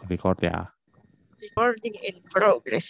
Record ya. Recording in progress.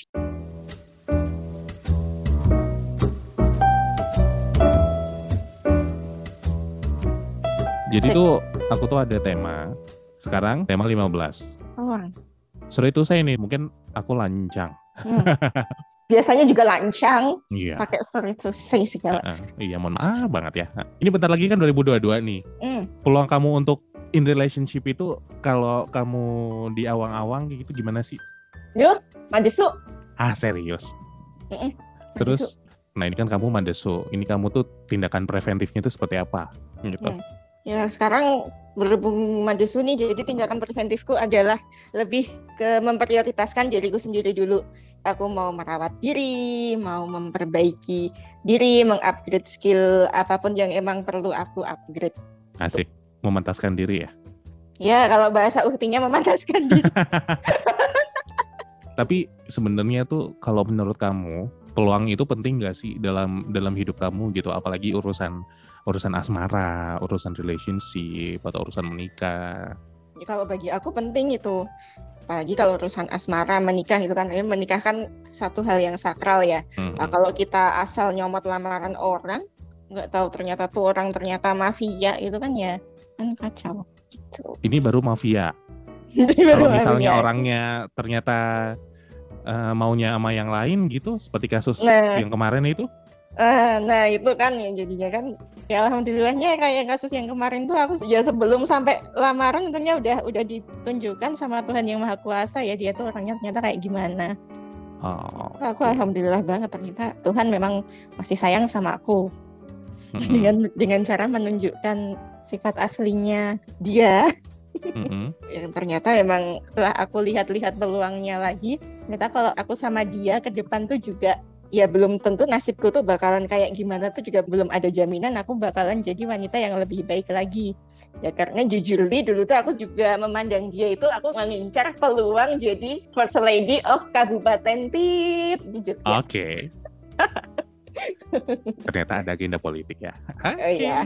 Jadi tuh aku tuh ada tema. Sekarang tema 15. Oh. Seru itu saya nih, mungkin aku lancang. Biasanya juga lancang. Iya. Pakai story to say segala. Iya, mohon maaf banget ya. Ini bentar lagi kan 2022 nih. Peluang kamu untuk in relationship itu kalau kamu di awang-awang gitu gimana sih? Yuk, Madesu. Serius? Terus, nah ini kan kamu Madesu. Ini kamu tuh tindakan preventifnya tuh seperti apa? Gitu. Ya sekarang berhubung Madesu nih, jadi tindakan preventifku adalah lebih ke memprioritaskan diriku sendiri dulu. Aku mau merawat diri, mau memperbaiki diri, mengupgrade skill apapun yang emang perlu aku upgrade. Asik, memantaskan diri ya? Ya, kalau bahasa uktinya memantaskan diri. Tapi sebenarnya tuh kalau menurut kamu peluang itu penting nggak sih dalam hidup kamu gitu? Apalagi urusan asmara, urusan relationship atau urusan menikah. Ya, kalau bagi aku penting itu. Apalagi kalau urusan asmara, menikah itu kan, menikah kan satu hal yang sakral ya. Nah, kalau kita asal nyomot lamaran orang, nggak tahu ternyata tuh orang ternyata mafia itu kan ya, kan kacau. Gitu. Ini baru mafia. Kalau misalnya orangnya ternyata maunya sama yang lain gitu, seperti kasus yang kemarin itu. Nah itu kan ya jadinya kan ya alhamdulillahnya kayak kasus yang kemarin tuh aku ya sebelum sampai lamaran tentunya udah ditunjukkan sama Tuhan yang Maha Kuasa ya dia tuh orangnya ternyata kayak gimana. Aku alhamdulillah banget ternyata Tuhan memang masih sayang sama aku dengan cara menunjukkan sifat aslinya dia. Ya, ternyata memang setelah aku lihat-lihat peluangnya lagi, ternyata kalau aku sama dia ke depan tuh juga ya belum tentu nasibku tuh bakalan kayak gimana tuh juga belum ada jaminan aku bakalan jadi wanita yang lebih baik lagi. Ya karena jujur dulu tuh aku juga memandang dia itu aku mengincar peluang jadi First Lady of Kabupaten Tit di Jogja. Oke. Ternyata ada agenda politik ya. Iya.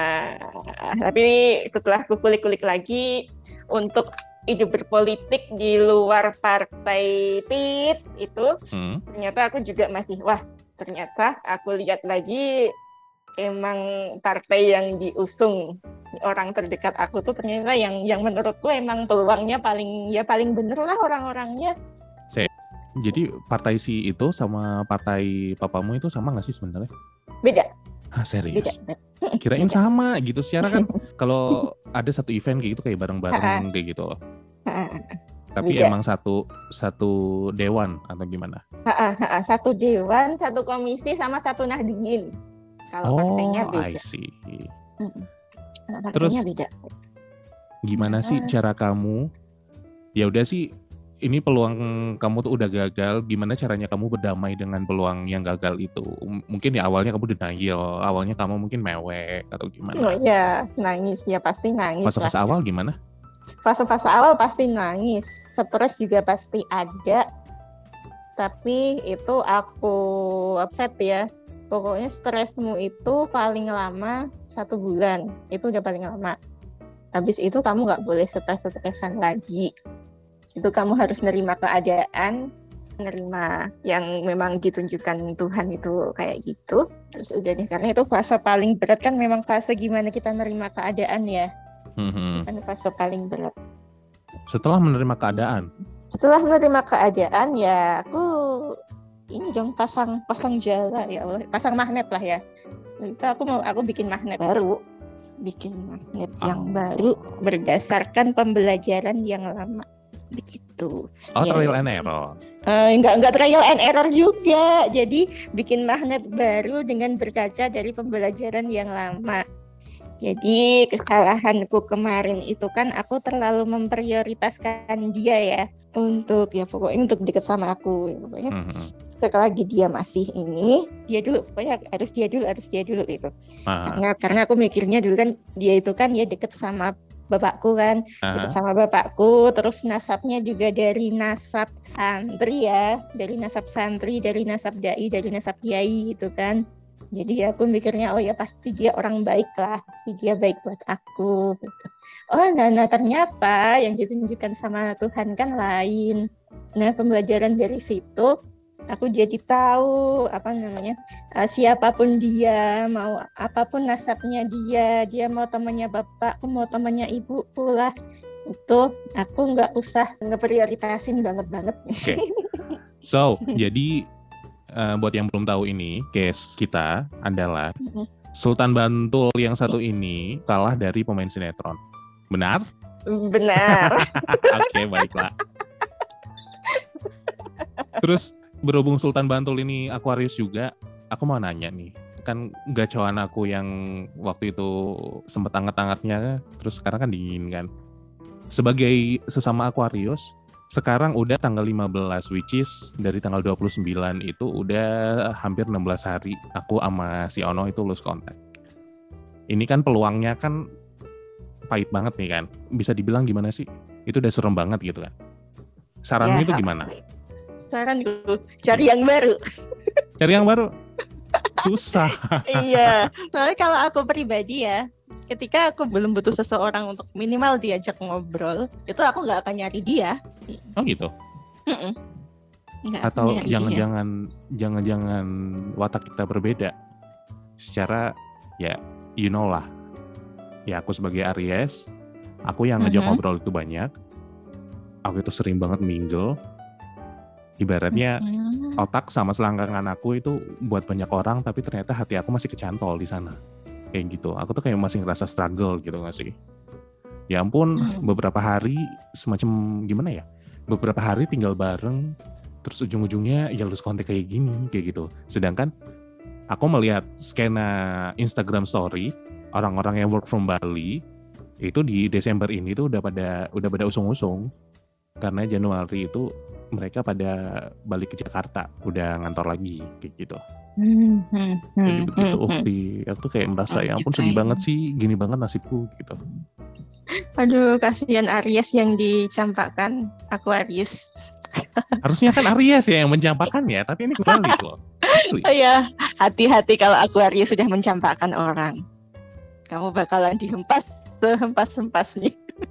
Tapi setelah aku kulik-kulik lagi untuk hidup berpolitik di luar partai Tit itu ternyata aku juga masih ternyata aku lihat lagi emang partai yang diusung orang terdekat aku tuh ternyata yang menurutku emang peluangnya paling bener lah orang-orangnya. Jadi partai si itu sama partai papamu itu sama nggak sih sebenarnya? Beda. Serius? Beda. Kirain beda. Sama gitu. Secara kan kalau ada satu event kayak gitu kayak bareng-bareng kayak gitu loh. Tapi beda. Emang satu dewan atau gimana? Satu dewan, satu komisi sama satu nahdien. Kalau partainya beda. I see. Terus beda. Gimana sih cara kamu? Ya udah sih. Ini peluang kamu tuh udah gagal, gimana caranya kamu berdamai dengan peluang yang gagal itu? Mungkin ya awalnya kamu denial, awalnya kamu mungkin mewek atau gimana? Oh ya, nangis ya pasti nangis. Fase-fase awal gimana? Fase-fase awal pasti nangis, stres juga pasti ada. Tapi itu aku upset ya. Pokoknya stresmu itu paling lama 1 bulan, itu udah paling lama. Habis itu kamu nggak boleh stres-stresan lagi. Itu kamu harus nerima keadaan, nerima yang memang ditunjukkan Tuhan itu kayak gitu. Terus udah deh, karena itu fase paling berat kan memang fase gimana kita nerima keadaan ya. Kan fase paling berat. Setelah menerima keadaan? Setelah menerima keadaan ya aku ini dong pasang jala ya Allah, pasang magnet lah ya. Itu aku bikin magnet baru. Bikin magnet yang baru berdasarkan pembelajaran yang lama. Begitu. Trial and error. Enggak trial and error juga. Jadi bikin magnet baru dengan berkaca dari pembelajaran yang lama. Jadi kesalahanku kemarin itu kan aku terlalu memprioritaskan dia ya untuk deket sama aku. Pokoknya selagi dia masih ini, dia dulu harus dia dulu itu. Karena aku mikirnya dulu kan dia itu kan ya deket sama bapakku kan, sama bapakku, terus nasabnya juga dari nasab santri ya, dari nasab dai, dari nasab kiai gitu kan. Jadi aku mikirnya oh ya pasti dia orang baik lah, pasti dia baik buat aku gitu. Oh, nah ternyata yang ditunjukkan sama Tuhan kan lain. Nah, pembelajaran dari situ aku jadi tahu siapapun dia, mau apapun nasabnya dia mau temannya bapakku, mau temannya ibuku lah, itu aku nggak usah ngeprioritasin banget. Oke. So, jadi buat yang belum tahu ini, case kita adalah Sultan Bantul yang satu ini kalah dari pemain sinetron. Benar? Benar. Oke, baiklah. Terus berhubung Sultan Bantul ini Aquarius juga, aku mau nanya nih. Kan gacoan aku yang waktu itu sempat anget-angetnya, terus sekarang kan dingin kan. Sebagai sesama Aquarius, sekarang udah tanggal 15, which is dari tanggal 29 itu udah hampir 16 hari aku sama si Ono itu lose contact. Ini kan peluangnya kan pahit banget nih kan. Bisa dibilang gimana sih? Itu udah serem banget gitu kan. Saranmu itu gimana? Saranku, cari yang baru. Cari yang baru? Susah. Iya, soalnya kalau aku pribadi ya, ketika aku belum butuh seseorang untuk minimal diajak ngobrol, itu aku nggak akan nyari dia. Oh gitu? Nggak Atau jangan-jangan watak kita berbeda secara ya you know lah. Ya aku sebagai Aries, aku yang ngajak ngobrol itu banyak. Aku itu sering banget mingle. Ibaratnya otak sama selangkangan aku itu buat banyak orang, tapi ternyata hati aku masih kecantol di sana. Kayak gitu. Aku tuh kayak masih ngerasa struggle gitu gak sih? Ya ampun, beberapa hari semacam gimana ya? Beberapa hari tinggal bareng, terus ujung-ujungnya ya lose kontak kayak gini, kayak gitu. Sedangkan aku melihat skena Instagram story orang-orang yang work from Bali itu di Desember ini tuh udah pada usung-usung karena Januari itu mereka pada balik ke Jakarta, udah ngantor lagi kayak gitu. Jadi begitu aku tuh kayak merasa ya ampun sedih banget sih, gini banget nasibku gitu. Aduh, kasihan Aries yang dicampakkan Aquarius. Harusnya kan Aries ya yang mencampakkan ya, tapi ini kebalik loh. Asli. Oh ya, hati-hati kalau Aquarius sudah mencampakkan orang. Kamu bakalan dihempas sehempas-hempasnya.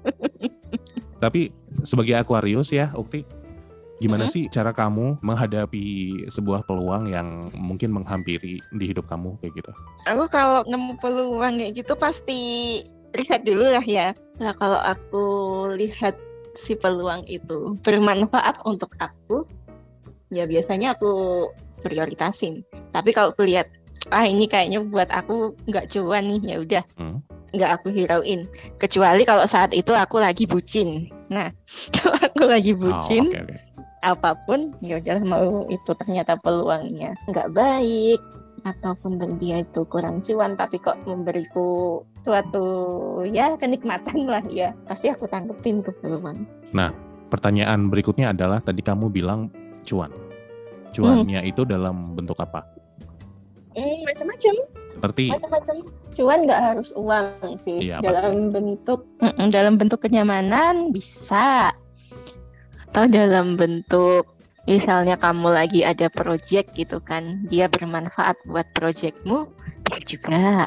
Tapi sebagai Aquarius ya, Ukti, gimana sih cara kamu menghadapi sebuah peluang yang mungkin menghampiri di hidup kamu kayak gitu? Aku kalau nemu peluang kayak gitu pasti riset dulu lah ya. Nah, kalau aku lihat si peluang itu bermanfaat untuk aku, ya biasanya aku prioritasin. Tapi kalau aku lihat ini kayaknya buat aku nggak cuan nih, ya udah nggak aku hirauin. Kecuali kalau saat itu aku lagi bucin. Nah, kalau aku lagi bucin, apapun ya udah, mau itu ternyata peluangnya nggak baik ataupun dia itu kurang cuan tapi kok memberiku suatu ya kenikmatan lah ya, pasti aku tanggepin tuh peluang. Nah, pertanyaan berikutnya adalah tadi kamu bilang cuan. Cuannya itu dalam bentuk apa? Macam-macam. Seperti macam-macam. Cuan nggak harus uang sih. Iya, dalam bentuk kenyamanan bisa. Atau dalam bentuk misalnya kamu lagi ada project gitu kan, dia bermanfaat buat projectmu, bisa juga.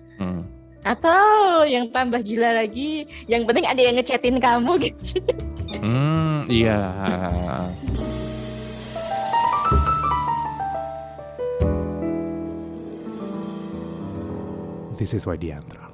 Atau yang tambah gila lagi, yang penting ada yang ngechatin kamu gitu. Iya. This is Wadiantra.